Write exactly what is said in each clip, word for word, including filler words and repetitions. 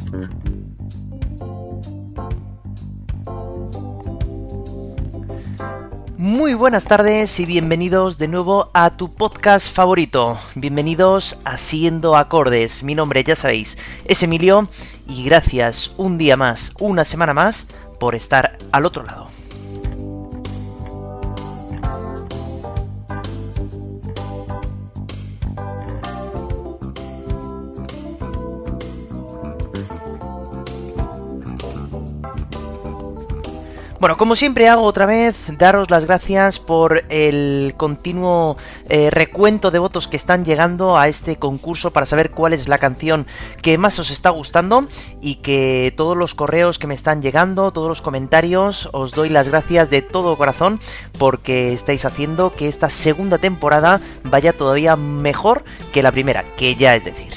Muy buenas tardes y bienvenidos de nuevo a tu podcast favorito. Bienvenidos a Siendo Acordes. Mi nombre, ya sabéis, es Emilio y gracias un día más, una semana más, por estar al otro lado. Bueno, como siempre hago otra vez, daros las gracias por el continuo eh, recuento de votos que están llegando a este concurso para saber cuál es la canción que más os está gustando, y que todos los correos que me están llegando, todos los comentarios, os doy las gracias de todo corazón porque estáis haciendo que esta segunda temporada vaya todavía mejor que la primera, que ya es decir.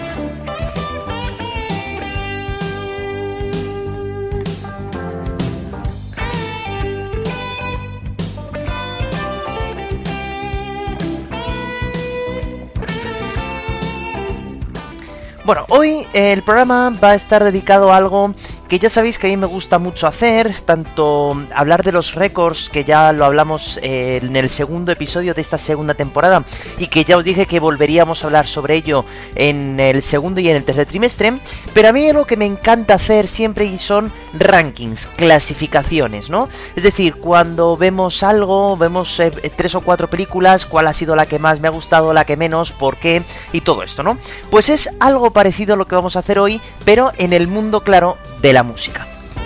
Bueno, hoy el programa va a estar dedicado a algo que ya sabéis que a mí me gusta mucho hacer, tanto hablar de los récords, que ya lo hablamos eh, en el segundo episodio de esta segunda temporada, y que ya os dije que volveríamos a hablar sobre ello en el segundo y en el tercer trimestre, pero a mí lo que me encanta hacer siempre son rankings, clasificaciones, ¿no? Es decir, cuando vemos algo, vemos eh, tres o cuatro películas, cuál ha sido la que más me ha gustado, la que menos, por qué, y todo esto, ¿no? Pues es algo parecido a lo que vamos a hacer hoy, pero en el mundo, claro, de la música.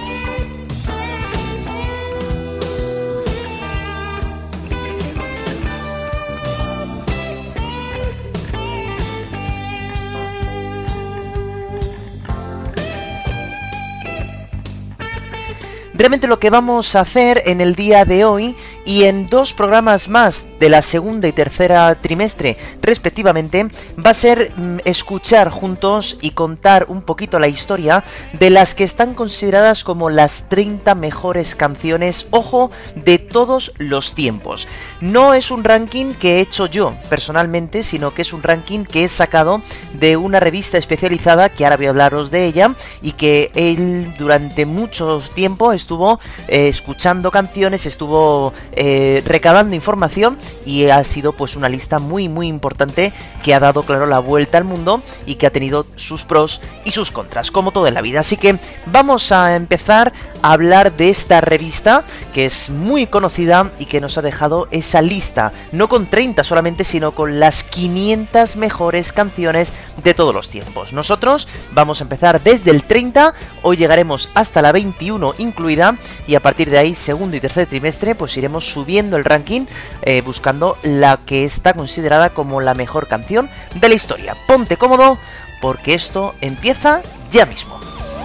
Realmente lo que vamos a hacer en el día de hoy y en dos programas más de la segunda y tercera trimestre respectivamente va a ser mmm, escuchar juntos y contar un poquito la historia de las que están consideradas como las treinta mejores canciones, ojo, de todos los tiempos. No es un ranking que he hecho yo personalmente, sino que es un ranking que he sacado de una revista especializada, que ahora voy a hablaros de ella, y que él durante mucho tiempo estuvo eh, escuchando canciones, estuvo eh, recabando información, y ha sido pues una lista muy muy importante que ha dado, claro, la vuelta al mundo y que ha tenido sus pros y sus contras, como todo en la vida. Así que vamos a empezar a hablar de esta revista que es muy conocida y que nos ha dejado esa lista, no con treinta solamente, sino con las quinientas mejores canciones de todos los tiempos. Nosotros vamos a empezar desde el treinta, hoy llegaremos hasta la veintiuno incluida, y a partir de ahí, segundo y tercer trimestre, pues iremos subiendo el ranking, eh, buscando la que está considerada como la mejor canción de la historia. Ponte cómodo, porque esto empieza ya mismo.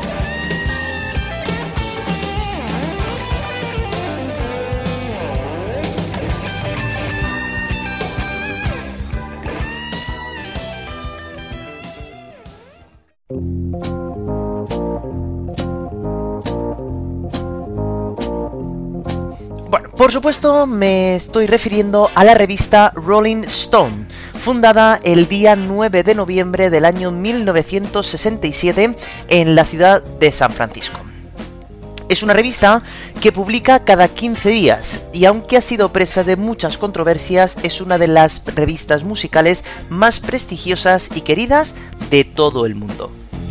Bueno, por supuesto me estoy refiriendo a la revista Rolling Stone, fundada el día nueve de noviembre del año mil novecientos sesenta y siete en la ciudad de San Francisco. Es una revista que publica cada quince días, y aunque ha sido presa de muchas controversias, es una de las revistas musicales más prestigiosas y queridas de todo el mundo.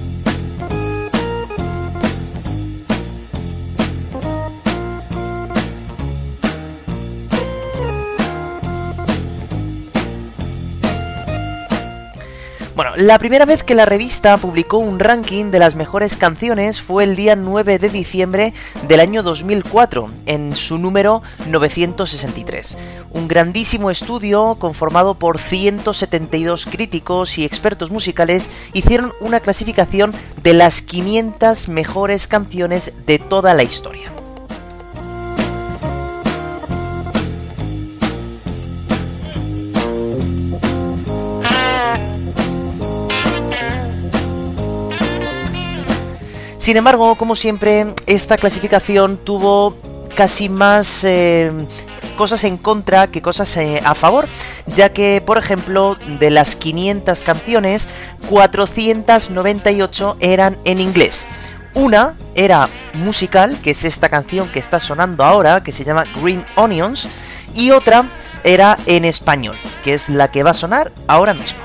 Bueno, la primera vez que la revista publicó un ranking de las mejores canciones fue el día nueve de diciembre del año dos mil cuatro, en su número novecientos sesenta y tres. Un grandísimo estudio conformado por ciento setenta y dos críticos y expertos musicales hicieron una clasificación de las quinientas mejores canciones de toda la historia. Sin embargo, como siempre, esta clasificación tuvo casi más eh, cosas en contra que cosas eh, a favor, ya que, por ejemplo, de las quinientas canciones, cuatrocientas noventa y ocho eran en inglés. Una era musical, que es esta canción que está sonando ahora, que se llama Green Onions, y otra era en español, que es la que va a sonar ahora mismo.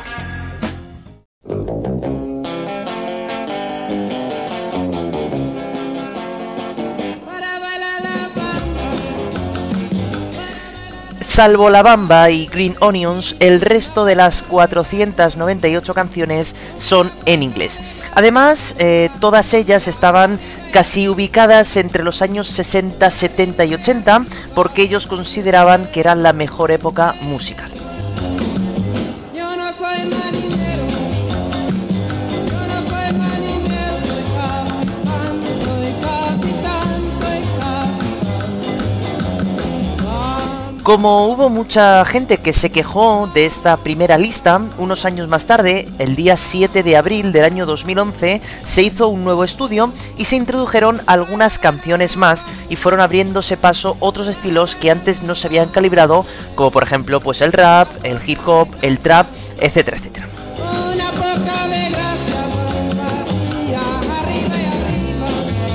Salvo La Bamba y Green Onions, el resto de las cuatrocientas noventa y ocho canciones son en inglés. Además, eh, todas ellas estaban casi ubicadas entre los años sesenta, setenta y ochenta, porque ellos consideraban que era la mejor época musical. Yo no soy marinero, yo no soy marinero, soy capitán, soy capitán, soy capitán. Como hubo mucha gente que se quejó de esta primera lista, unos años más tarde, el día siete de abril del año dos mil once, se hizo un nuevo estudio y se introdujeron algunas canciones más y fueron abriéndose paso otros estilos que antes no se habían calibrado, como por ejemplo pues el rap, el hip hop, el trap, etcétera, etcétera. Una poca de gracia, María, arriba y arriba.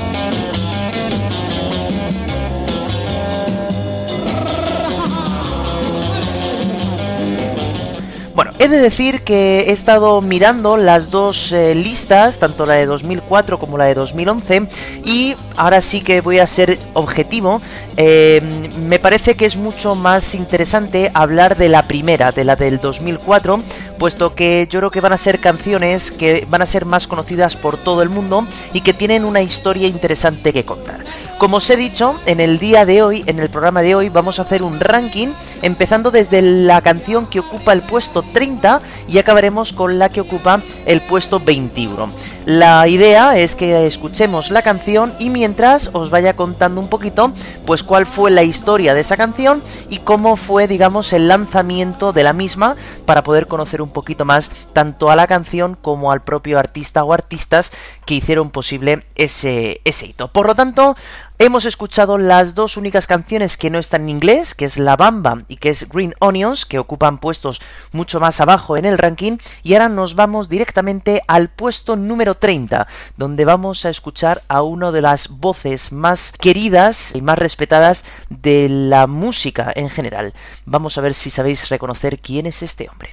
Bueno, he de decir que he estado mirando las dos eh, listas, tanto la de dos mil cuatro como la de dos mil once, y ahora sí que voy a ser objetivo. Eh, me parece que es mucho más interesante hablar de la primera, de la del dos mil cuatro, puesto que yo creo que van a ser canciones que van a ser más conocidas por todo el mundo y que tienen una historia interesante que contar. Como os he dicho, en el día de hoy, en el programa de hoy, vamos a hacer un ranking, empezando desde la canción que ocupa el puesto treinta y acabaremos con la que ocupa el puesto veintiuno. La idea es que escuchemos la canción y mientras os vaya contando un poquito, pues cuál fue la historia de esa canción y cómo fue, digamos, el lanzamiento de la misma, para poder conocer un poquito más tanto a la canción como al propio artista o artistas que hicieron posible ese, ese hito. Por lo tanto, hemos escuchado las dos únicas canciones que no están en inglés, que es La Bamba y que es Green Onions, que ocupan puestos mucho más abajo en el ranking, y ahora nos vamos directamente al puesto número treinta, donde vamos a escuchar a una de las voces más queridas y más respetadas de la música en general. Vamos a ver si sabéis reconocer quién es este hombre.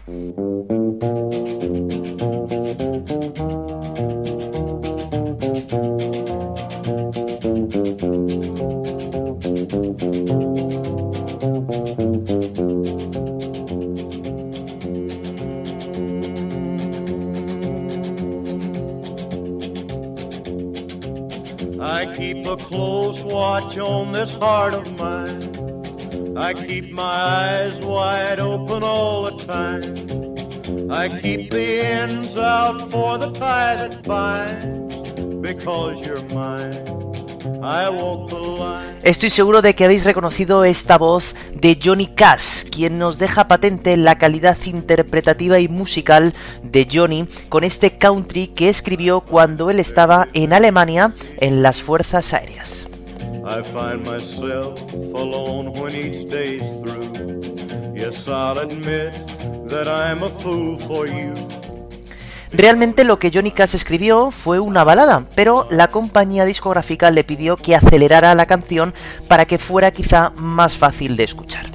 I keep a close watch on this heart of mine. I keep my eyes wide open all the time. I keep the ends out for the tie that binds. Because you're mine, I walk the line. Estoy seguro de que habéis reconocido esta voz de Johnny Cash, quien nos deja patente la calidad interpretativa y musical de Johnny con este country que escribió cuando él estaba en Alemania en las Fuerzas Aéreas. I find myself alone when each day's through. Yes, I'll admit that I'm a fool for you. Realmente lo que Johnny Cash escribió fue una balada, pero la compañía discográfica le pidió que acelerara la canción para que fuera quizá más fácil de escuchar.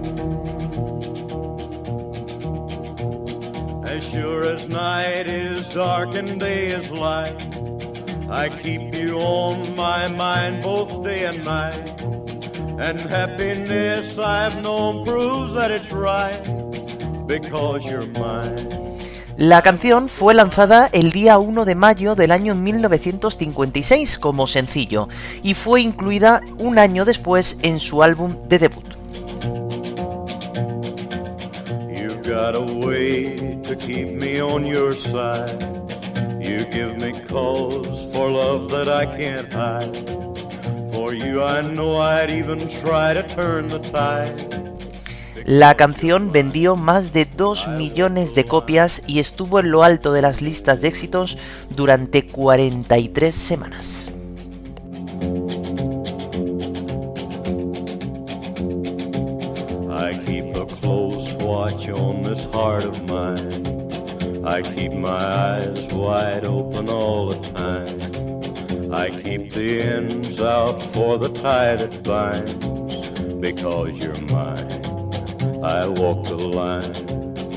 As sure as night is dark and day is light, I keep you on my mind both day and night. And happiness I've known proves that it's right, because you're mine. La canción fue lanzada el día uno de mayo del año mil novecientos cincuenta y seis como sencillo y fue incluida un año después en su álbum de debut. You've got a way to keep me on your side. You give me cause for love that I can't hide. For you I know I'd even try to turn the tide. La canción vendió más de dos millones de copias y estuvo en lo alto de las listas de éxitos durante cuarenta y tres semanas. watch on this heart of mine. I keep my eyes wide open all the time. I keep the ends out for the tie that binds. Because you're mine, I walk the line.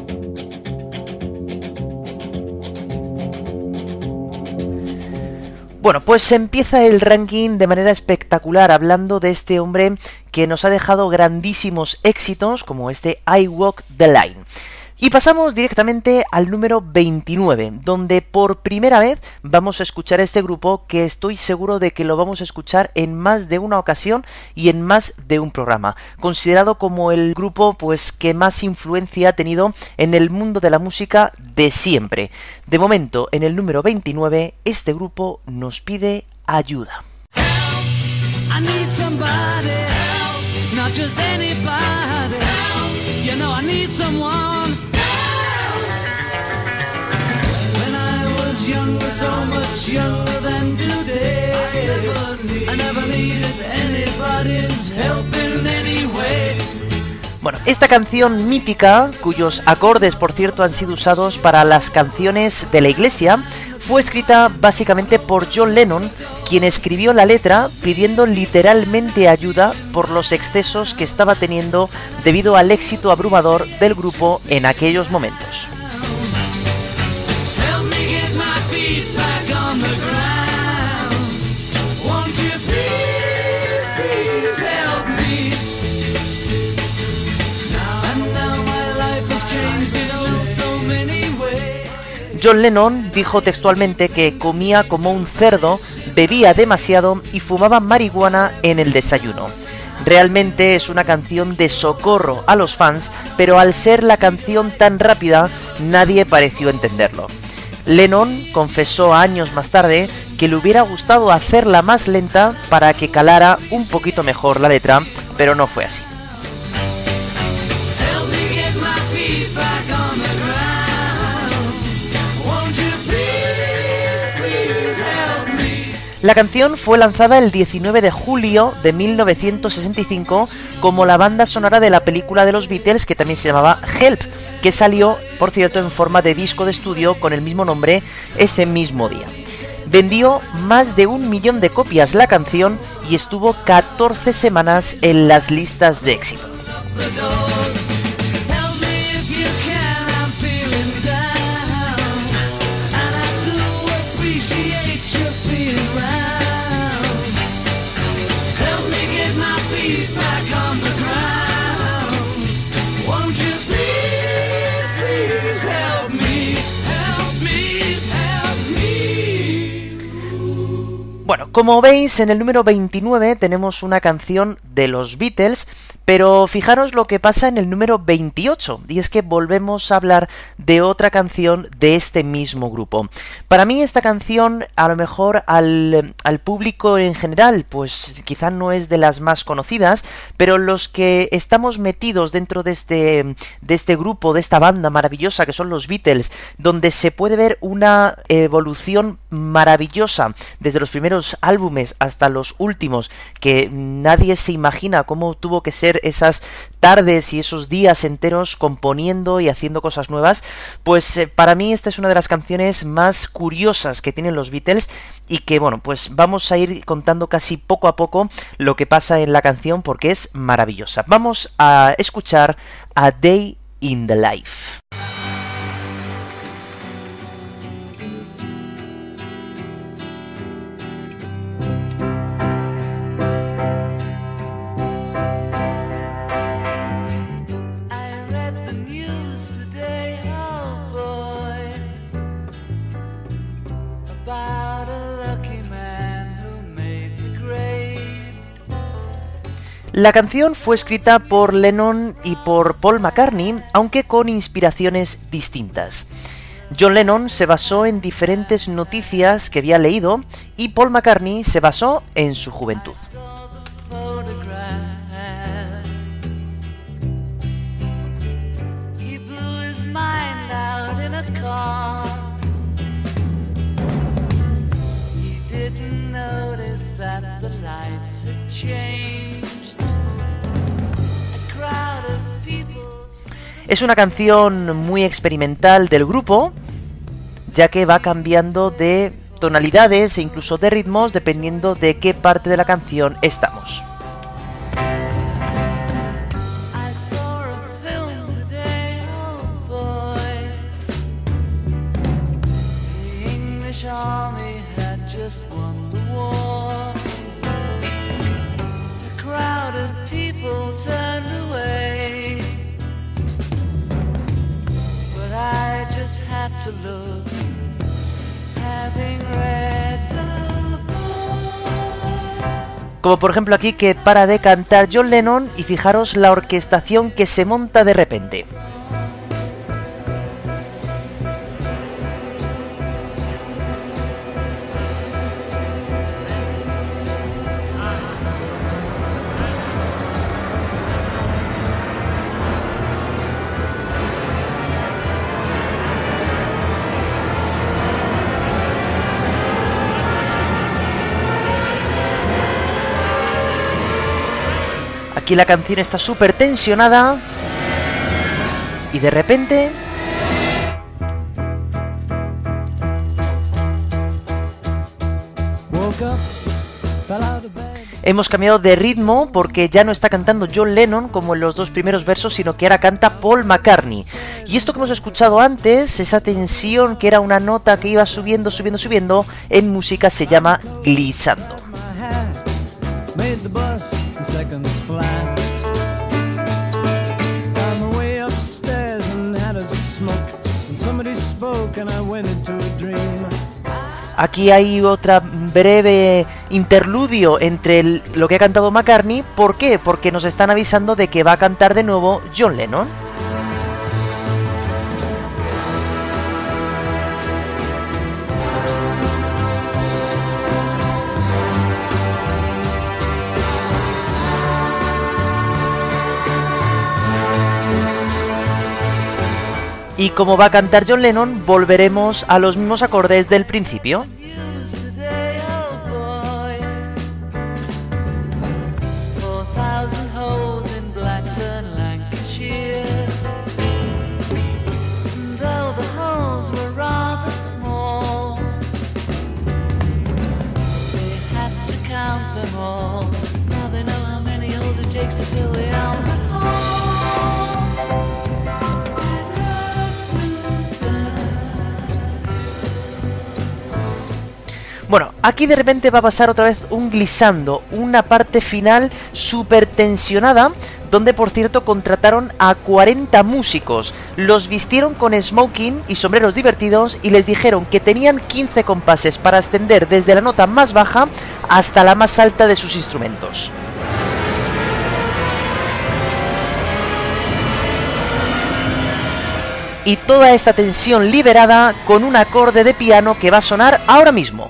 Bueno, pues empieza el ranking de manera espectacular, hablando de este hombre que nos ha dejado grandísimos éxitos, como este I Walk the Line. Y pasamos directamente al número veintinueve, donde por primera vez vamos a escuchar a este grupo que estoy seguro de que lo vamos a escuchar en más de una ocasión y en más de un programa. Considerado como el grupo pues que más influencia ha tenido en el mundo de la música de siempre. De momento, en el número veintinueve, este grupo nos pide ayuda. I need somebody help, not just anybody help. You know I need someone help. When I was younger, so much younger than today, I never, need, I never needed anybody's help in any way. Bueno, esta canción mítica, cuyos acordes por cierto han sido usados para las canciones de la iglesia, fue escrita básicamente por John Lennon, quien escribió la letra pidiendo literalmente ayuda por los excesos que estaba teniendo debido al éxito abrumador del grupo en aquellos momentos. John Lennon dijo textualmente que comía como un cerdo, bebía demasiado y fumaba marihuana en el desayuno. Realmente es una canción de socorro a los fans, pero al ser la canción tan rápida, nadie pareció entenderlo. Lennon confesó años más tarde que le hubiera gustado hacerla más lenta para que calara un poquito mejor la letra, pero no fue así. La canción fue lanzada el diecinueve de julio de mil novecientos sesenta y cinco como la banda sonora de la película de los Beatles que también se llamaba Help, que salió, por cierto, en forma de disco de estudio con el mismo nombre ese mismo día. Vendió más de un millón de copias la canción y estuvo catorce semanas en las listas de éxito. Bueno, como veis, en el número veintinueve tenemos una canción de los Beatles, pero fijaros lo que pasa en el número veintiocho, y es que volvemos a hablar de otra canción de este mismo grupo. Para mí esta canción, a lo mejor al, al público en general, pues quizá no es de las más conocidas, pero los que estamos metidos dentro de este, de este grupo, de esta banda maravillosa que son los Beatles, donde se puede ver una evolución maravillosa desde los primeros álbumes hasta los últimos, que nadie se imagina cómo tuvo que ser esas tardes y esos días enteros componiendo y haciendo cosas nuevas, pues eh, para mí esta es una de las canciones más curiosas que tienen los Beatles y que, bueno, pues vamos a ir contando casi poco a poco lo que pasa en la canción porque es maravillosa. Vamos a escuchar A Day in the Life. La canción fue escrita por Lennon y por Paul McCartney, aunque con inspiraciones distintas. John Lennon se basó en diferentes noticias que había leído y Paul McCartney se basó en su juventud. Es una canción muy experimental del grupo, ya que va cambiando de tonalidades e incluso de ritmos dependiendo de qué parte de la canción estamos. Como por ejemplo aquí que para de cantar John Lennon y fijaros la orquestación que se monta de repente. Aquí la canción está súper tensionada y de repente hemos cambiado de ritmo porque ya no está cantando John Lennon como en los dos primeros versos, sino que ahora canta Paul McCartney. Y esto que hemos escuchado antes, esa tensión que era una nota que iba subiendo, subiendo, subiendo, en música se llama glissando. Aquí hay otra breve interludio entre el, lo que ha cantado McCartney. ¿Por qué? Porque nos están avisando de que va a cantar de nuevo John Lennon. Y como va a cantar John Lennon, volveremos a los mismos acordes del principio. Bueno, aquí de repente va a pasar otra vez un glissando, una parte final súper tensionada, donde por cierto contrataron a cuarenta músicos, los vistieron con smoking y sombreros divertidos y les dijeron que tenían quince compases para ascender desde la nota más baja hasta la más alta de sus instrumentos. Y toda esta tensión liberada con un acorde de piano que va a sonar ahora mismo.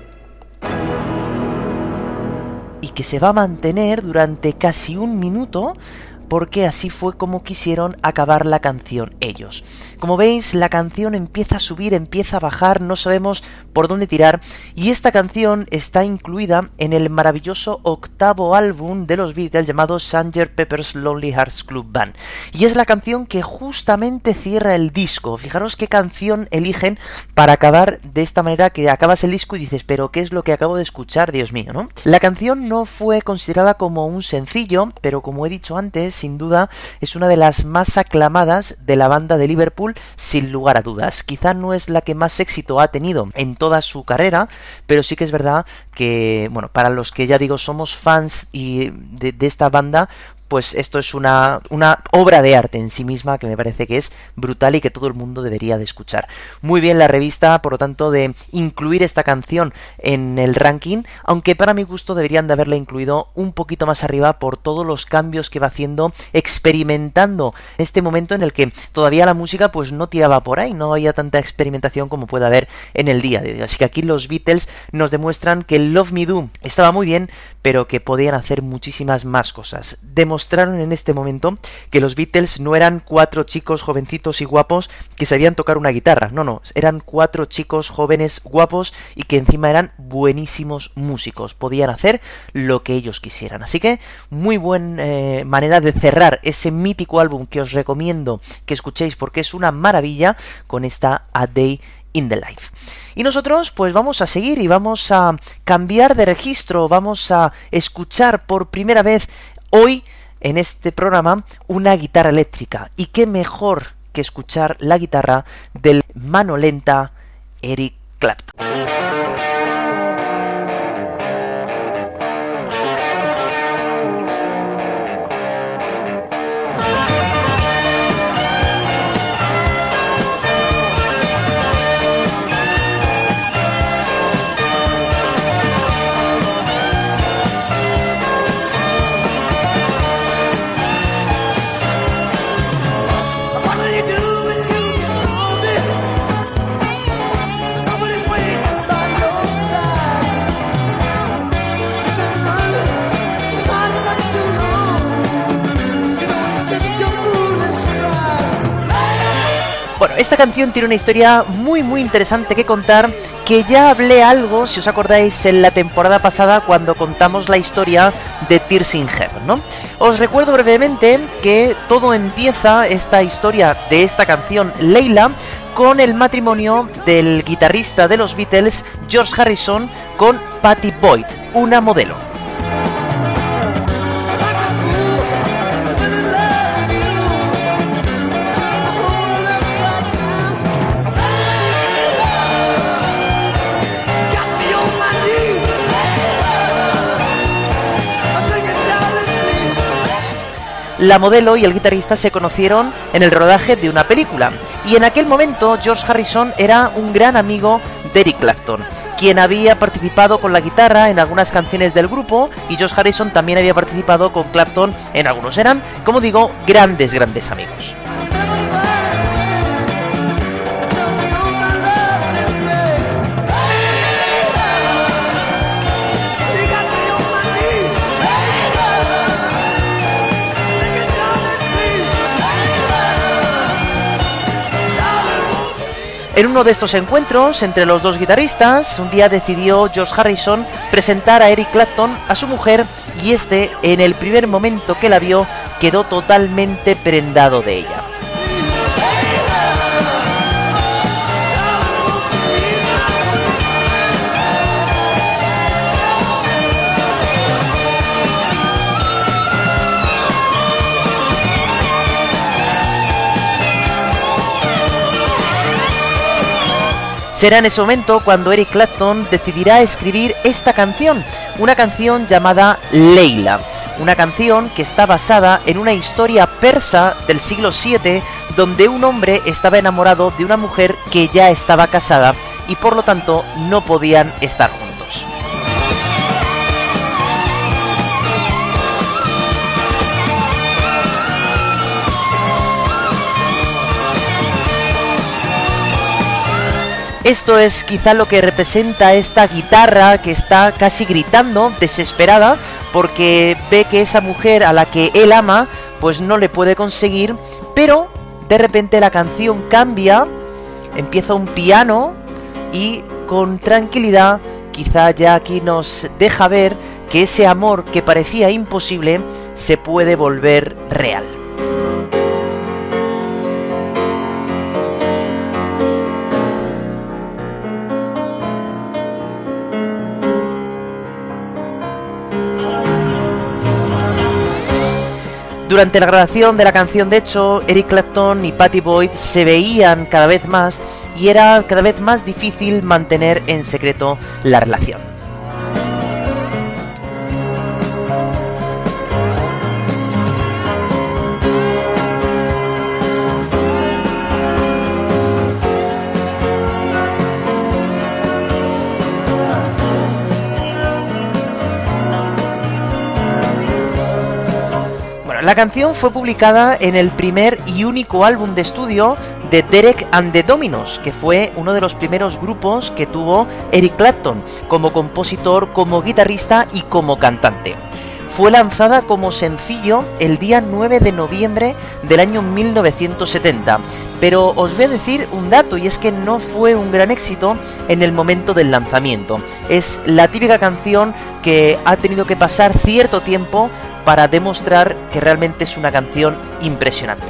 Y que se va a mantener durante casi un minuto, porque así fue como quisieron acabar la canción ellos. Como veis, la canción empieza a subir, empieza a bajar, no sabemos por dónde tirar, y esta canción está incluida en el maravilloso octavo álbum de los Beatles llamado sanger Pepper's Lonely Hearts Club Band, y es la canción que justamente cierra el disco. Fijaros qué canción eligen para acabar de esta manera, que acabas el disco y dices, pero ¿qué es lo que acabo de escuchar? Dios mío, ¿no? La canción no fue considerada como un sencillo, pero como he dicho antes, sin duda es una de las más aclamadas de la banda de Liverpool, sin lugar a dudas. Quizá no es la que más éxito ha tenido en toda su carrera, pero sí que es verdad que, bueno, para los que ya digo somos fans y de, de esta banda, pues esto es una, una obra de arte en sí misma que me parece que es brutal y que todo el mundo debería de escuchar. Muy bien la revista, por lo tanto, de incluir esta canción en el ranking, aunque para mi gusto deberían de haberla incluido un poquito más arriba por todos los cambios que va haciendo, experimentando este momento en el que todavía la música pues no tiraba por ahí, no había tanta experimentación como puede haber en el día de hoy. Así que aquí los Beatles nos demuestran que Love Me Do estaba muy bien, pero que podían hacer muchísimas más cosas. Demostrando demostraron en este momento que los Beatles no eran cuatro chicos jovencitos y guapos que sabían tocar una guitarra, no, no, eran cuatro chicos jóvenes guapos y que encima eran buenísimos músicos, podían hacer lo que ellos quisieran. Así que muy buena eh, manera de cerrar ese mítico álbum que os recomiendo que escuchéis porque es una maravilla con esta A Day in the Life. Y nosotros pues vamos a seguir y vamos a cambiar de registro, vamos a escuchar por primera vez hoy en este programa una guitarra eléctrica. Y qué mejor que escuchar la guitarra del mano lenta Eric Clapton. Bueno, esta canción tiene una historia muy muy interesante que contar, que ya hablé algo, si os acordáis, en la temporada pasada cuando contamos la historia de Tears in Heaven, ¿no? Os recuerdo brevemente que todo empieza, esta historia de esta canción, Leila, con el matrimonio del guitarrista de los Beatles, George Harrison, con Pattie Boyd, una modelo. La modelo y el guitarrista se conocieron en el rodaje de una película, y en aquel momento George Harrison era un gran amigo de Eric Clapton, quien había participado con la guitarra en algunas canciones del grupo, y George Harrison también había participado con Clapton en algunos. Eran, como digo, grandes, grandes amigos. En uno de estos encuentros entre los dos guitarristas, un día decidió George Harrison presentar a Eric Clapton a su mujer, y este, en el primer momento que la vio, quedó totalmente prendado de ella. Será en ese momento cuando Eric Clapton decidirá escribir esta canción, una canción llamada Leila, una canción que está basada en una historia persa del siglo siete, donde un hombre estaba enamorado de una mujer que ya estaba casada y por lo tanto no podían estar juntos. Esto es quizá lo que representa esta guitarra que está casi gritando, desesperada, porque ve que esa mujer a la que él ama, pues no le puede conseguir, pero de repente la canción cambia, empieza un piano y con tranquilidad quizá ya aquí nos deja ver que ese amor que parecía imposible se puede volver real. Durante la grabación de la canción, de hecho, Eric Clapton y Pattie Boyd se veían cada vez más y era cada vez más difícil mantener en secreto la relación. La canción fue publicada en el primer y único álbum de estudio de Derek and the Dominos, que fue uno de los primeros grupos que tuvo Eric Clapton como compositor, como guitarrista y como cantante. Fue lanzada como sencillo el día nueve de noviembre del año mil novecientos setenta, pero os voy a decir un dato, y es que no fue un gran éxito en el momento del lanzamiento. Es la típica canción que ha tenido que pasar cierto tiempo para demostrar que realmente es una canción impresionante.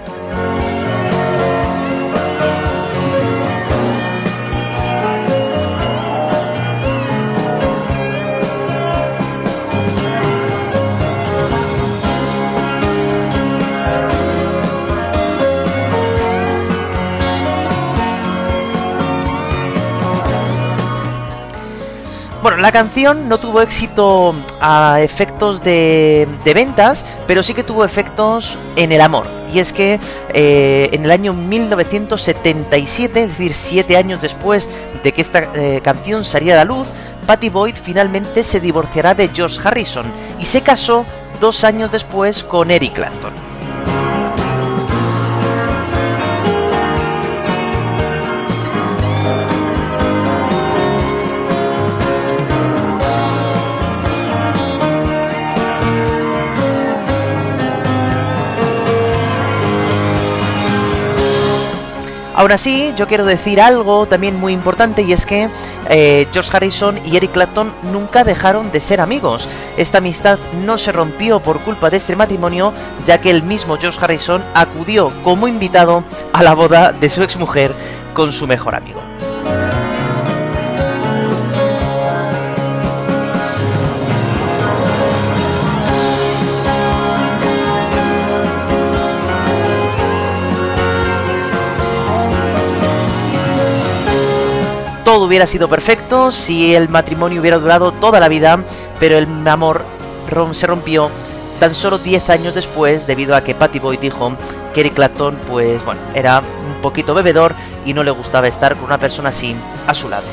Bueno, la canción no tuvo éxito a efectos de, de ventas, pero sí que tuvo efectos en el amor. Y es que eh, en el año mil novecientos setenta y siete, es decir, siete años después de que esta eh, canción saliera a la luz, Pattie Boyd finalmente se divorciará de George Harrison y se casó dos años después con Eric Clapton. Aún así, yo quiero decir algo también muy importante, y es que eh, George Harrison y Eric Clapton nunca dejaron de ser amigos. Esta amistad no se rompió por culpa de este matrimonio, ya que el mismo George Harrison acudió como invitado a la boda de su exmujer con su mejor amigo. Todo hubiera sido perfecto si el matrimonio hubiera durado toda la vida, pero el amor se rompió tan solo diez años después, debido a que Pattie Boyd dijo que Eric Clapton, pues bueno, era un poquito bebedor y no le gustaba estar con una persona así a su lado.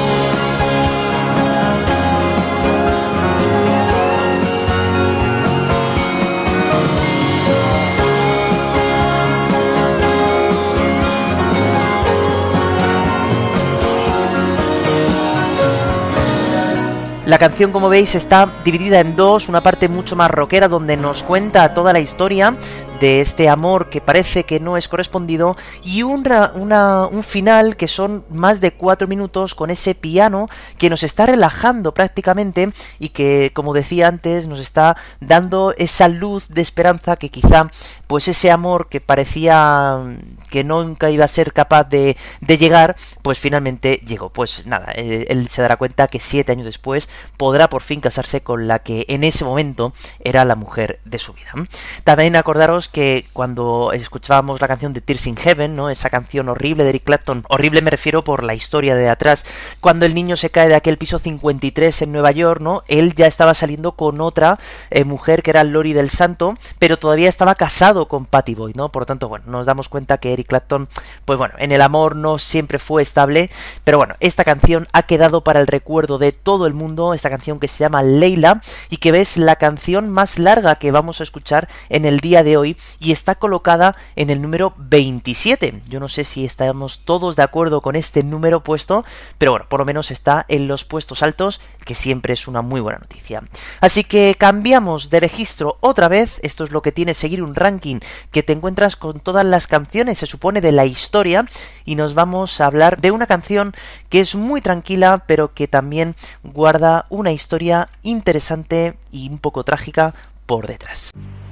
La canción, como veis, está dividida en dos, una parte mucho más rockera donde nos cuenta toda la historia de este amor que parece que no es correspondido, y una, una, un final que son más de cuatro minutos con ese piano que nos está relajando prácticamente y que, como decía antes, nos está dando esa luz de esperanza que quizá pues ese amor que parecía que nunca iba a ser capaz de, de llegar, pues finalmente llegó. Pues nada, él, él se dará cuenta que siete años después podrá por fin casarse con la que en ese momento era la mujer de su vida. También acordaros que cuando escuchábamos la canción de Tears in Heaven, ¿no?, esa canción horrible de Eric Clapton, horrible me refiero por la historia de atrás, cuando el niño se cae de aquel piso cincuenta y tres en Nueva York, ¿no?, él ya estaba saliendo con otra eh, mujer que era Lori del Santo, pero todavía estaba casado con Pattie Boyd, ¿no? Por lo tanto, bueno, nos damos cuenta que Eric Clapton, pues bueno, en el amor no siempre fue estable, pero bueno, esta canción ha quedado para el recuerdo de todo el mundo, esta canción que se llama Leila, y que ves la canción más larga que vamos a escuchar en el día de hoy, y está colocada en el número veintisiete. Yo no sé si estamos todos de acuerdo con este número puesto, pero bueno, por lo menos está en los puestos altos, que siempre es una muy buena noticia. Así que cambiamos de registro otra vez. Esto es lo que tiene seguir un ranking, que te encuentras con todas las canciones, se supone, de la historia, y nos vamos a hablar de una canción que es muy tranquila, pero que también guarda una historia interesante y un poco trágica por detrás.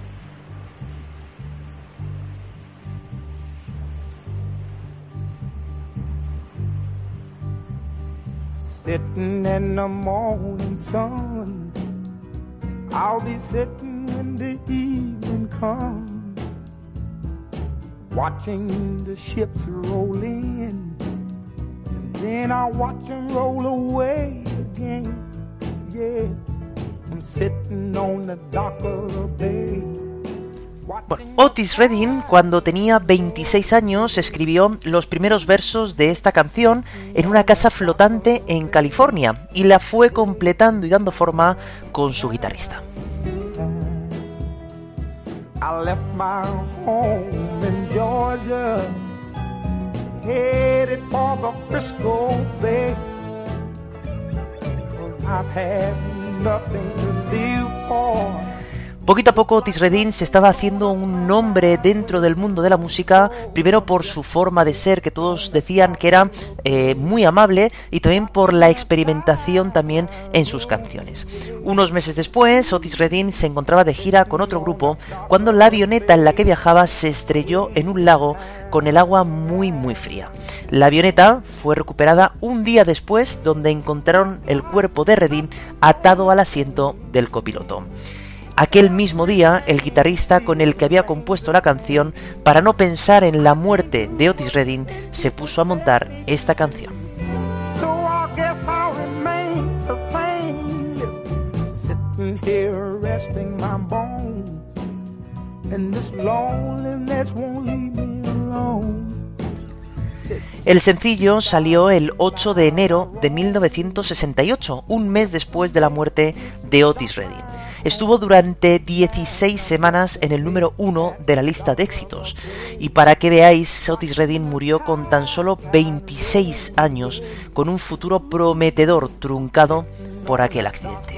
Sitting in the morning sun, I'll be sitting when the evening comes, watching the ships roll in, and then I'll watch them roll away again. Yeah, I'm sitting on the dock of the bay. Bueno, Otis Redding, cuando tenía veintiséis años, escribió los primeros versos de esta canción en una casa flotante en California, y la fue completando y dando forma con su guitarrista. I left my home in Georgia, headed for the Frisco Bay, 'cause I've had nothing to live for. Poquito a poco Otis Redding se estaba haciendo un nombre dentro del mundo de la música, primero por su forma de ser, que todos decían que era eh, muy amable, y también por la experimentación también en sus canciones. Unos meses después, Otis Redding se encontraba de gira con otro grupo cuando la avioneta en la que viajaba se estrelló en un lago con el agua muy muy fría. La avioneta fue recuperada un día después, donde encontraron el cuerpo de Redding atado al asiento del copiloto. Aquel mismo día, el guitarrista con el que había compuesto la canción, para no pensar en la muerte de Otis Redding, se puso a montar esta canción. So I guess I'll remain the same, just sitting here resting my bones, and this loneliness won't leave me alone. El sencillo salió el ocho de enero de mil novecientos sesenta y ocho, un mes después de la muerte de Otis Redding. Estuvo durante dieciséis semanas en el número uno de la lista de éxitos. Y para que veáis, Otis Redding murió con tan solo veintiséis años, con un futuro prometedor truncado por aquel accidente.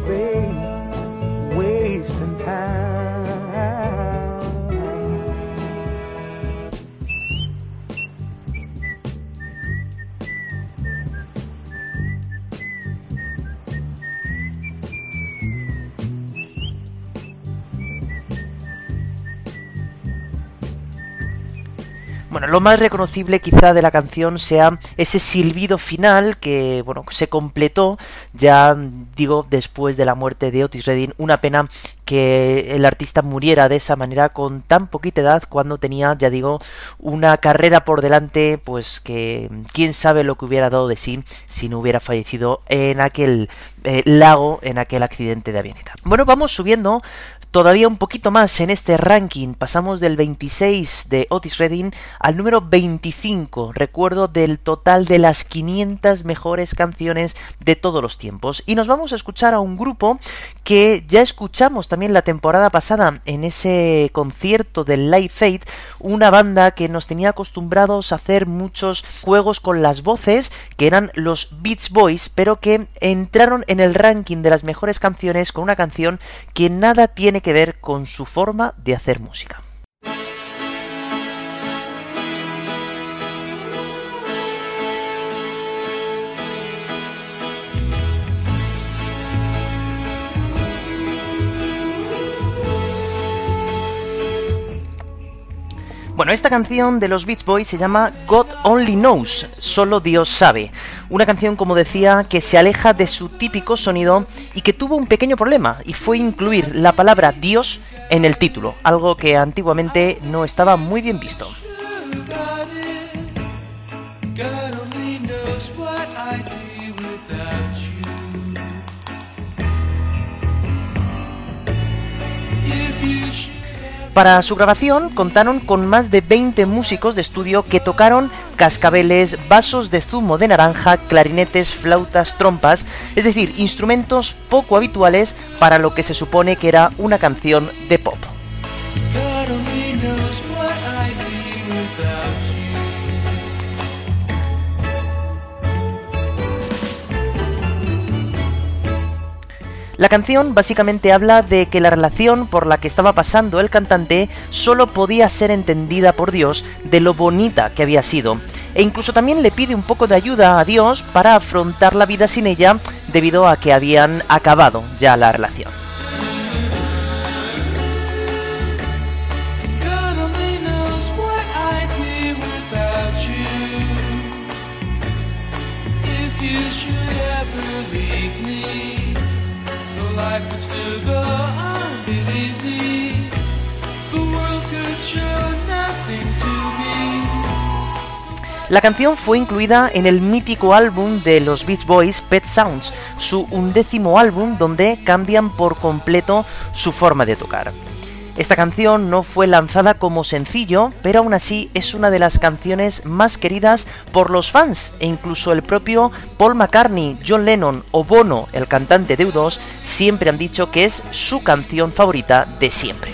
Bueno, lo más reconocible quizá de la canción sea ese silbido final que, bueno, se completó ya, digo, después de la muerte de Otis Redding. Una pena que el artista muriera de esa manera con tan poquita edad, cuando tenía, ya digo, una carrera por delante, pues que quién sabe lo que hubiera dado de sí si no hubiera fallecido en aquel eh, lago, en aquel accidente de avioneta. Bueno, vamos subiendo todavía un poquito más en este ranking. Pasamos del veintiséis de Otis Redding al número veinticinco, recuerdo, del total de las quinientas mejores canciones de todos los tiempos. Y nos vamos a escuchar a un grupo que ya escuchamos también la temporada pasada en ese concierto del Live Aid, una banda que nos tenía acostumbrados a hacer muchos juegos con las voces, que eran los Beach Boys, pero que entraron en el ranking de las mejores canciones con una canción que nada tiene que ver con su forma de hacer música. Bueno, esta canción de los Beach Boys se llama God Only Knows, solo Dios sabe. Una canción, como decía, que se aleja de su típico sonido y que tuvo un pequeño problema, y fue incluir la palabra Dios en el título, algo que antiguamente no estaba muy bien visto. Para su grabación contaron con más de veinte músicos de estudio que tocaron cascabeles, vasos de zumo de naranja, clarinetes, flautas, trompas, es decir, instrumentos poco habituales para lo que se supone que era una canción de pop. La canción básicamente habla de que la relación por la que estaba pasando el cantante solo podía ser entendida por Dios, de lo bonita que había sido, e incluso también le pide un poco de ayuda a Dios para afrontar la vida sin ella, debido a que habían acabado ya la relación. La canción fue incluida en el mítico álbum de los Beach Boys, Pet Sounds, su undécimo álbum, donde cambian por completo su forma de tocar. Esta canción no fue lanzada como sencillo, pero aún así es una de las canciones más queridas por los fans, e incluso el propio Paul McCartney, John Lennon o Bono, el cantante de U dos, siempre han dicho que es su canción favorita de siempre.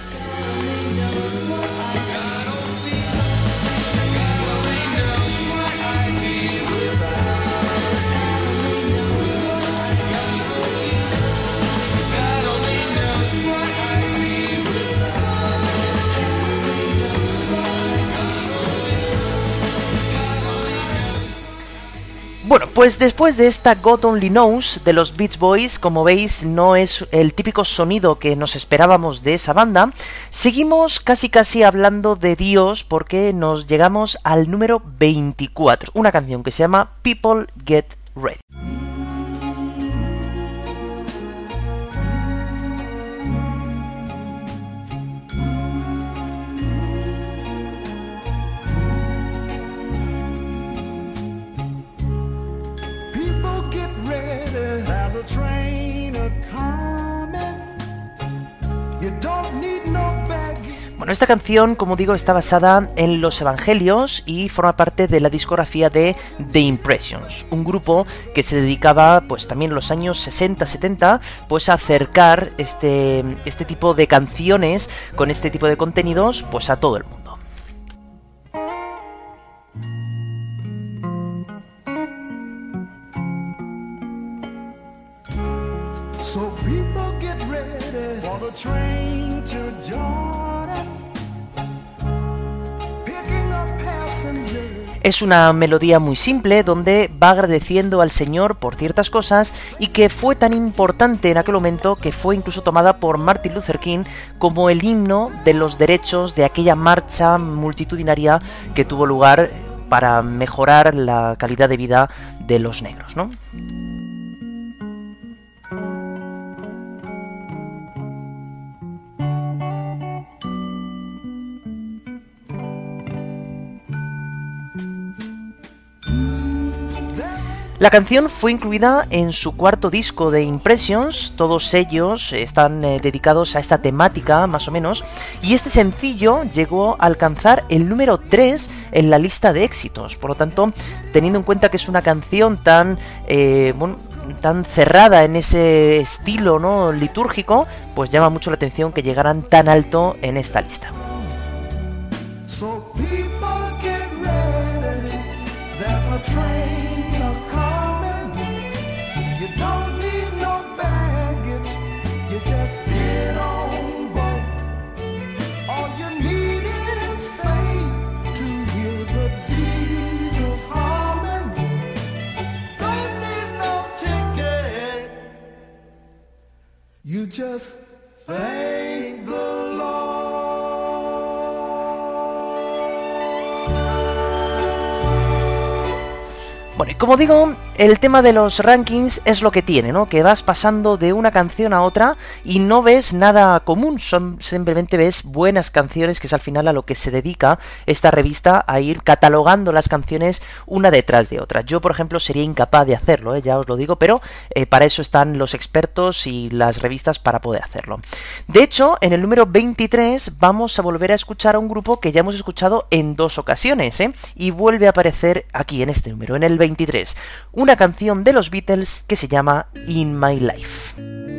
Bueno, pues después de esta God Only Knows de los Beach Boys, como veis, no es el típico sonido que nos esperábamos de esa banda. Seguimos casi casi hablando de Dios porque nos llegamos al número veinticuatro, una canción que se llama People Get Ready. Bueno, esta canción, como digo, está basada en los Evangelios y forma parte de la discografía de The Impressions, un grupo que se dedicaba, pues también en los años sesenta setenta, pues a acercar este, este tipo de canciones con este tipo de contenidos, pues a todo el mundo. So people get ready for the train to Jordan, picking up passengers. Es una melodía muy simple donde va agradeciendo al Señor por ciertas cosas y que fue tan importante en aquel momento que fue incluso tomada por Martin Luther King como el himno de los derechos de aquella marcha multitudinaria que tuvo lugar para mejorar la calidad de vida de los negros, ¿no? La canción fue incluida en su cuarto disco de Impressions, todos ellos están eh, dedicados a esta temática más o menos, y este sencillo llegó a alcanzar el número tres en la lista de éxitos. Por lo tanto, teniendo en cuenta que es una canción tan, eh, bueno, tan cerrada en ese estilo, ¿no?, litúrgico, pues llama mucho la atención que llegaran tan alto en esta lista. So people get ready, there's a train a-coming. You don't need no baggage, you just get on board. All you need is faith to hear the diesels humming. Don't need no ticket, you just thank the Lord. Bueno, y como digo, el tema de los rankings es lo que tiene, ¿no? Que vas pasando de una canción a otra y no ves nada común, son, simplemente ves buenas canciones, que es al final a lo que se dedica esta revista, a ir catalogando las canciones una detrás de otra. Yo, por ejemplo, sería incapaz de hacerlo, ¿eh? Ya os lo digo, pero eh, para eso están los expertos y las revistas para poder hacerlo. De hecho, en el número veintitrés vamos a volver a escuchar a un grupo que ya hemos escuchado en dos ocasiones, ¿eh? Y vuelve a aparecer aquí en este número, en el veintitrés, una canción de los Beatles que se llama In My Life.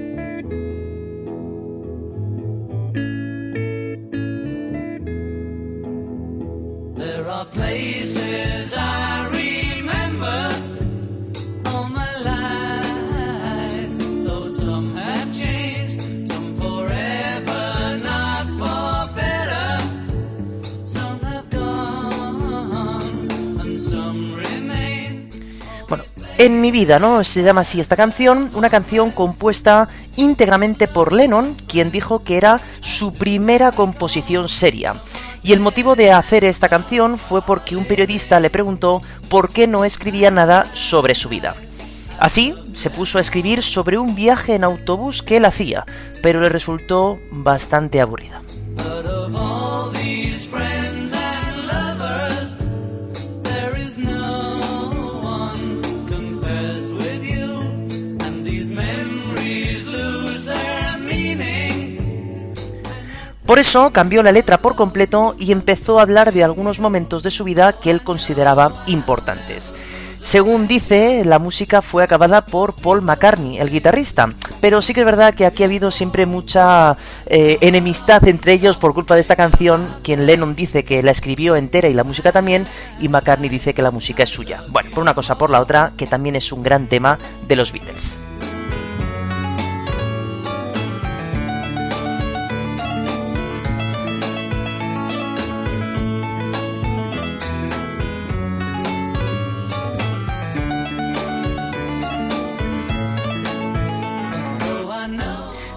There are places I remember all my life, though some have changed, some forever, not for better, some have gone, and some remain. Bueno, En mi vida, ¿no? Se llama así esta canción, una canción compuesta íntegramente por Lennon, quien dijo que era su primera composición seria. Y el motivo de hacer esta canción fue porque un periodista le preguntó por qué no escribía nada sobre su vida. Así, se puso a escribir sobre un viaje en autobús que él hacía, pero le resultó bastante aburrida. Por eso cambió la letra por completo y empezó a hablar de algunos momentos de su vida que él consideraba importantes. Según dice, la música fue acabada por Paul McCartney, el guitarrista, pero sí que es verdad que aquí ha habido siempre mucha eh, enemistad entre ellos por culpa de esta canción, quien Lennon dice que la escribió entera y la música también, y McCartney dice que la música es suya. Bueno, por una cosa por la otra, que también es un gran tema de los Beatles.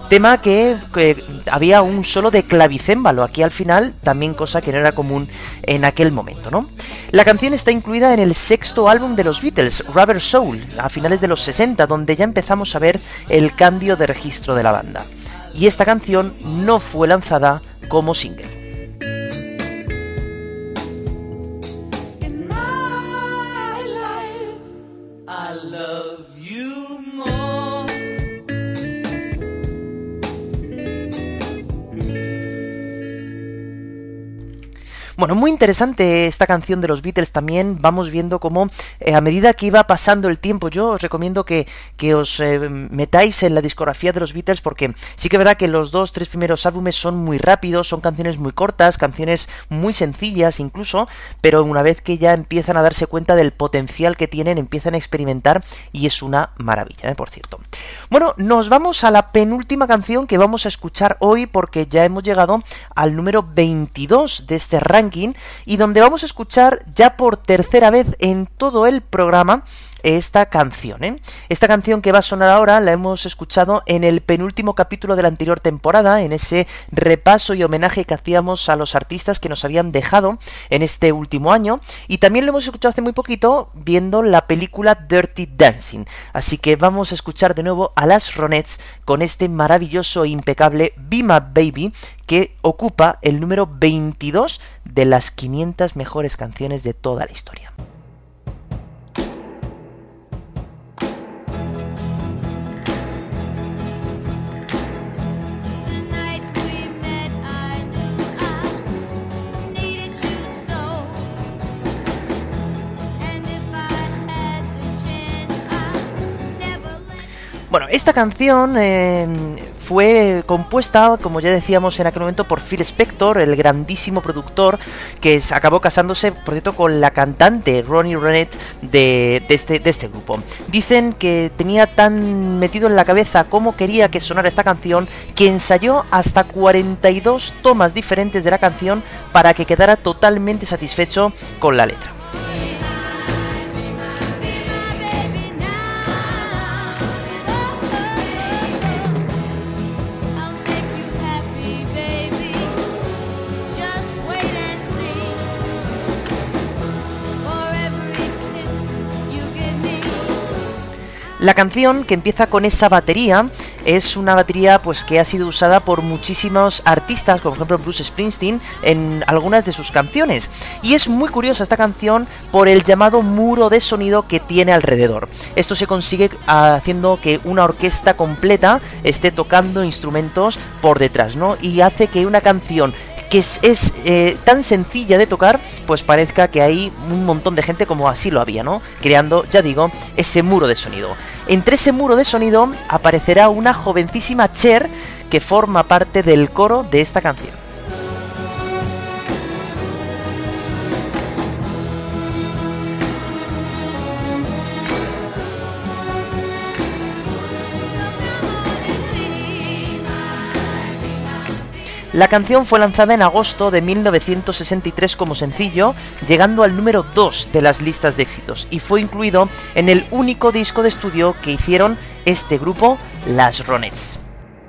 tema que, que había un solo de clavicémbalo aquí al final, también cosa que no era común en aquel momento, ¿no? La canción está incluida en el sexto álbum de los Beatles, Rubber Soul, a finales de los sesenta, donde ya empezamos a ver el cambio de registro de la banda. Y esta canción no fue lanzada como single. Bueno, muy interesante esta canción de los Beatles también. Vamos viendo cómo eh, a medida que iba pasando el tiempo, yo os recomiendo que, que os eh, metáis en la discografía de los Beatles, porque sí que es verdad que los dos, tres primeros álbumes son muy rápidos, son canciones muy cortas, canciones muy sencillas incluso, pero una vez que ya empiezan a darse cuenta del potencial que tienen, empiezan a experimentar y es una maravilla, ¿eh? Por cierto. Bueno, nos vamos a la penúltima canción que vamos a escuchar hoy, porque ya hemos llegado al número veintidós de este ranking, y donde vamos a escuchar ya por tercera vez en todo el programa esta canción, ¿eh? Esta canción que va a sonar ahora la hemos escuchado en el penúltimo capítulo de la anterior temporada, en ese repaso y homenaje que hacíamos a los artistas que nos habían dejado en este último año, y también lo hemos escuchado hace muy poquito viendo la película Dirty Dancing. Así que vamos a escuchar de nuevo a las Ronettes con este maravilloso e impecable Be My Baby, que ocupa el número veintidós de las quinientas mejores canciones de toda la historia. Bueno, esta canción eh, fue compuesta, como ya decíamos en aquel momento, por Phil Spector, el grandísimo productor, que acabó casándose, por cierto, con la cantante Ronnie Ronette de, de, este, de este grupo. Dicen que tenía tan metido en la cabeza cómo quería que sonara esta canción, que ensayó hasta cuarenta y dos tomas diferentes de la canción para que quedara totalmente satisfecho con la letra. La canción, que empieza con esa batería, es una batería pues que ha sido usada por muchísimos artistas, como por ejemplo Bruce Springsteen, en algunas de sus canciones. Y es muy curiosa esta canción por el llamado muro de sonido que tiene alrededor. Esto se consigue haciendo que una orquesta completa esté tocando instrumentos por detrás, ¿no? Y hace que una canción que es, es eh, tan sencilla de tocar, pues parezca que hay un montón de gente, como así lo había, ¿no? Creando, ya digo, ese muro de sonido. Entre ese muro de sonido aparecerá una jovencísima Cher que forma parte del coro de esta canción. La canción fue lanzada en agosto de mil novecientos sesenta y tres como sencillo, llegando al número dos de las listas de éxitos, y fue incluido en el único disco de estudio que hicieron este grupo, las Ronettes.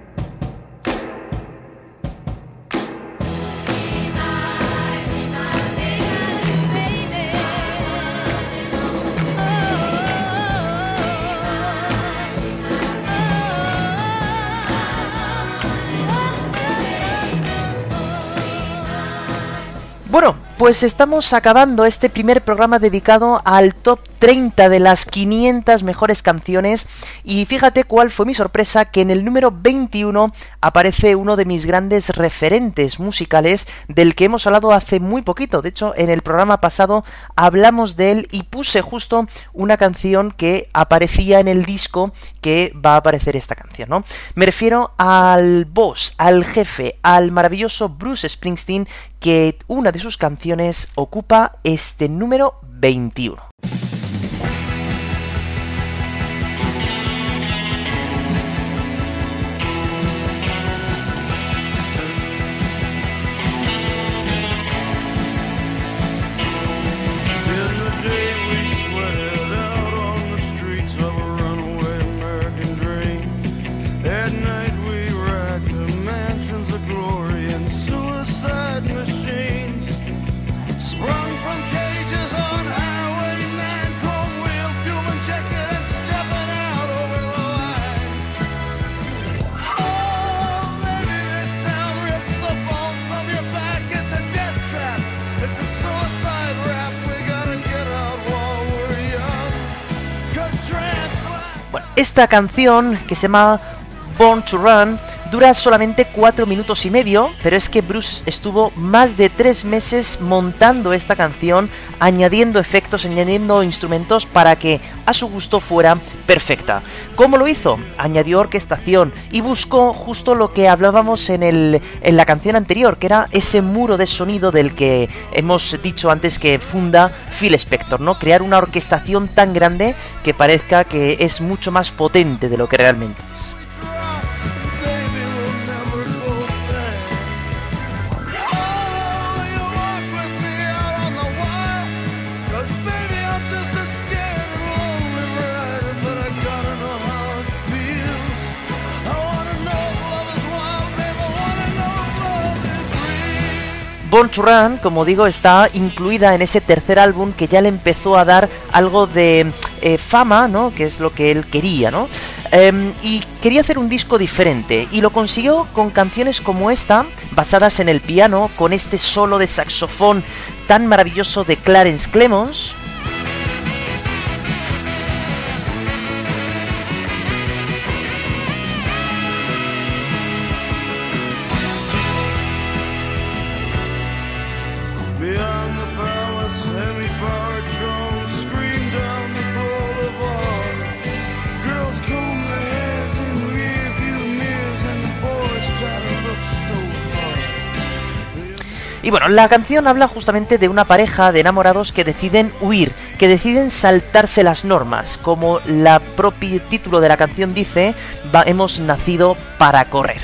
Bueno, pues estamos acabando este primer programa dedicado al top treinta de las quinientas mejores canciones, y fíjate cuál fue mi sorpresa, que en el número veintiuno aparece uno de mis grandes referentes musicales del que hemos hablado hace muy poquito. De hecho, en el programa pasado hablamos de él y puse justo una canción que aparecía en el disco que va a aparecer esta canción, ¿no? Me refiero al boss, al jefe, al maravilloso Bruce Springsteen, que una de sus canciones ocupa este número veintiuno. At night we Bueno, esta canción, que se llama Born to Run, dura solamente cuatro minutos y medio, pero es que Bruce estuvo más de tres meses montando esta canción, añadiendo efectos, añadiendo instrumentos para que a su gusto fuera perfecta. ¿Cómo lo hizo? Añadió orquestación y buscó justo lo que hablábamos en, el, en la canción anterior, que era ese muro de sonido del que hemos dicho antes que funda Phil Spector, ¿no? Crear una orquestación tan grande que parezca que es mucho más potente de lo que realmente es. Born to Run, como digo, está incluida en ese tercer álbum que ya le empezó a dar algo de eh, fama, ¿no? Que es lo que él quería, ¿no? Eh, y quería hacer un disco diferente, y lo consiguió con canciones como esta, basadas en el piano, con este solo de saxofón tan maravilloso de Clarence Clemons. Y bueno, la canción habla justamente de una pareja de enamorados que deciden huir, que deciden saltarse las normas. Como la propio título de la canción dice, va, hemos nacido para correr.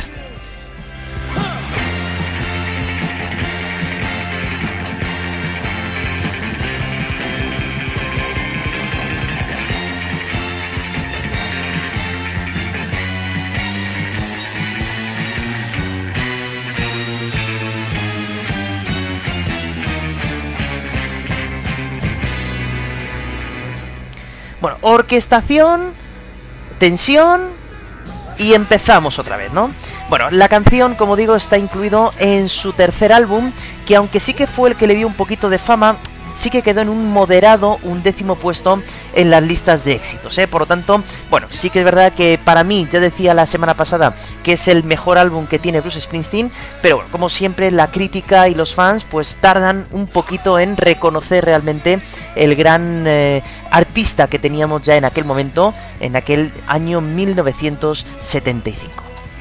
Bueno, orquestación, tensión y empezamos otra vez, ¿no? Bueno, la canción, como digo, está incluido en su tercer álbum, que aunque sí que fue el que le dio un poquito de fama, sí que quedó en un moderado undécimo puesto en las listas de éxitos, ¿eh? Por lo tanto, bueno, sí que es verdad que para mí, ya decía la semana pasada, que es el mejor álbum que tiene Bruce Springsteen, pero bueno, como siempre, la crítica y los fans pues tardan un poquito en reconocer realmente el gran eh, artista que teníamos ya en aquel momento, en aquel año mil novecientos setenta y cinco.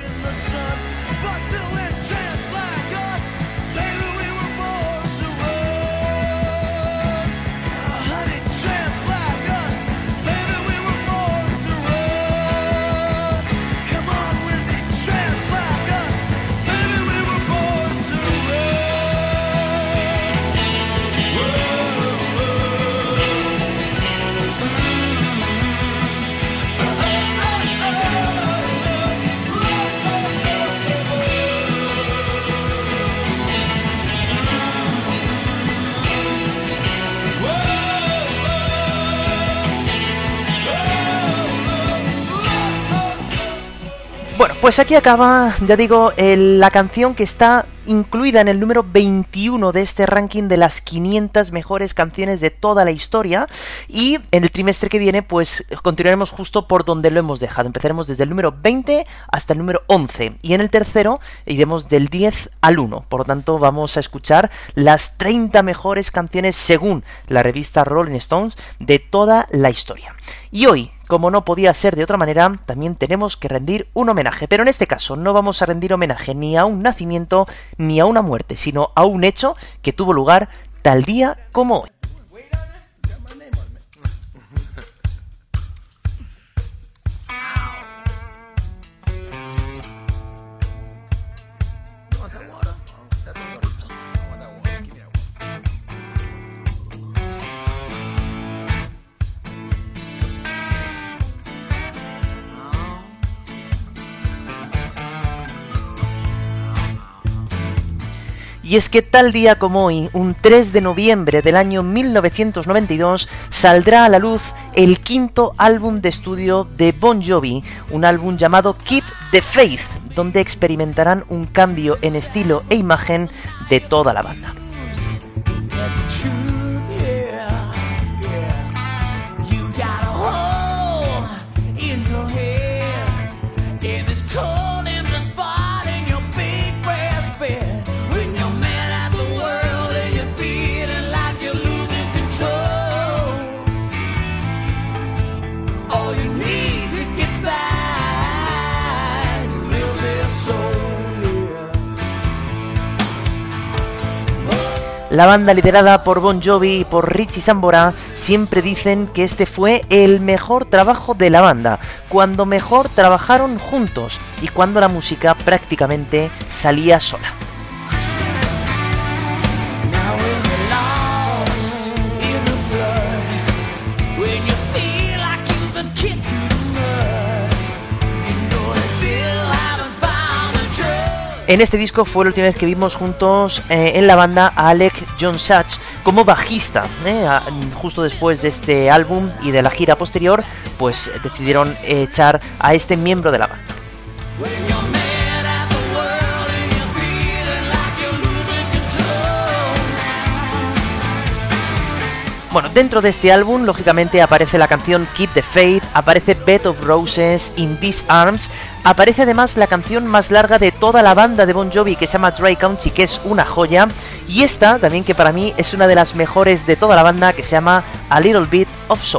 Bueno, pues aquí acaba, ya digo, el, la canción que está incluida en el número veintiuno de este ranking de las quinientas mejores canciones de toda la historia, y en el trimestre que viene pues continuaremos justo por donde lo hemos dejado. Empezaremos desde el número veinte hasta el número once, y en el tercero iremos del diez al uno. Por lo tanto, vamos a escuchar las treinta mejores canciones según la revista Rolling Stones de toda la historia. Y hoy, como no podía ser de otra manera, también tenemos que rendir un homenaje, pero en este caso no vamos a rendir homenaje ni a un nacimiento ni a una muerte, sino a un hecho que tuvo lugar tal día como hoy. Y es que tal día como hoy, un tres de noviembre del año mil novecientos noventa y dos, saldrá a la luz el quinto álbum de estudio de Bon Jovi, un álbum llamado Keep the Faith, donde experimentarán un cambio en estilo e imagen de toda la banda. La banda liderada por Bon Jovi y por Richie Sambora siempre dicen que este fue el mejor trabajo de la banda, cuando mejor trabajaron juntos y cuando la música prácticamente salía sola. En este disco fue la última vez que vimos juntos eh, en la banda a Alec John Such como bajista. Eh, a, justo después de este álbum y de la gira posterior, pues decidieron echar a este miembro de la banda. Bueno, dentro de este álbum, lógicamente, aparece la canción Keep the Faith, aparece Bed of Roses, In These Arms, aparece además la canción más larga de toda la banda de Bon Jovi, que se llama Dry Country, que es una joya, y esta también, que para mí es una de las mejores de toda la banda, que se llama A Little Bit of Soul.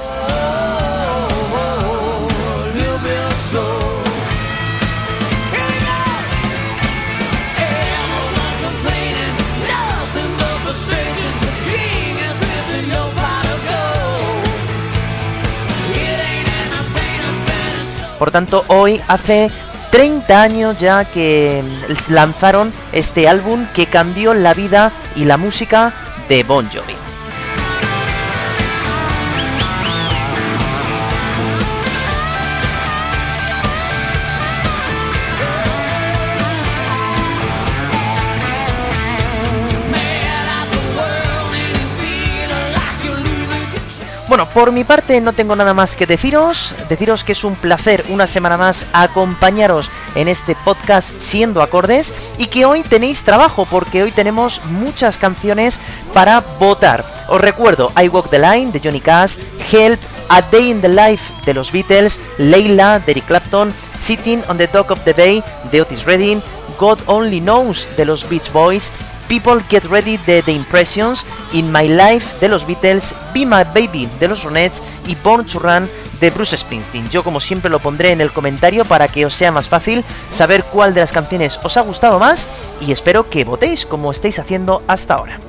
Por tanto, hoy hace treinta años ya que lanzaron este álbum que cambió la vida y la música de Bon Jovi. Bueno, por mi parte no tengo nada más que deciros, deciros que es un placer una semana más acompañaros en este podcast Siendo Acordes y que hoy tenéis trabajo porque hoy tenemos muchas canciones para votar. Os recuerdo I Walk the Line de Johnny Cash, Help, A Day in the Life de los Beatles, Layla de Eric Clapton, Sitting on the Dock of the Bay de Otis Redding, God Only Knows de los Beach Boys, People Get Ready de The Impressions, In My Life de los Beatles, Be My Baby de los Ronettes y Born to Run de Bruce Springsteen. Yo, como siempre, lo pondré en el comentario para que os sea más fácil saber cuál de las canciones os ha gustado más y espero que votéis como estáis haciendo hasta ahora.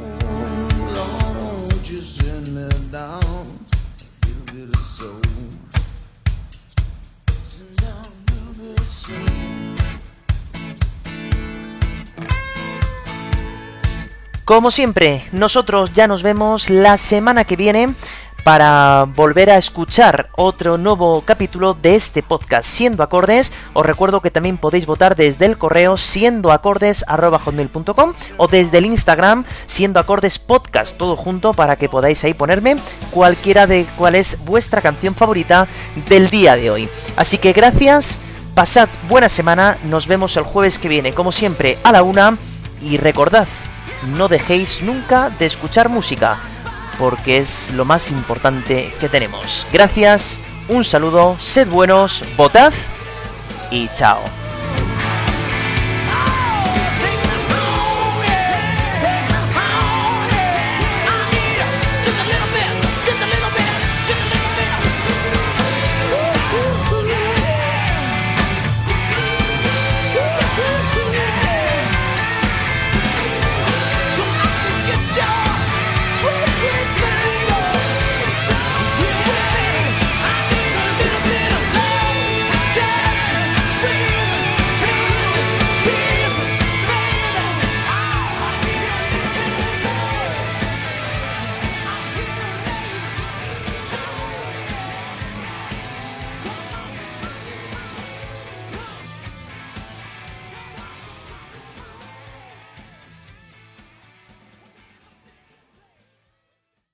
Como siempre, nosotros ya nos vemos la semana que viene para volver a escuchar otro nuevo capítulo de este podcast Siendo Acordes. Os recuerdo que también podéis votar desde el correo siendoacordes arroba hotmail punto com o desde el Instagram Siendo Acordes Podcast, todo junto, para que podáis ahí ponerme cualquiera de cuál es vuestra canción favorita del día de hoy. Así que gracias, pasad buena semana, nos vemos el jueves que viene, como siempre, a la una, y recordad, no dejéis nunca de escuchar música, porque es lo más importante que tenemos. Gracias, un saludo, sed buenos, votad y chao.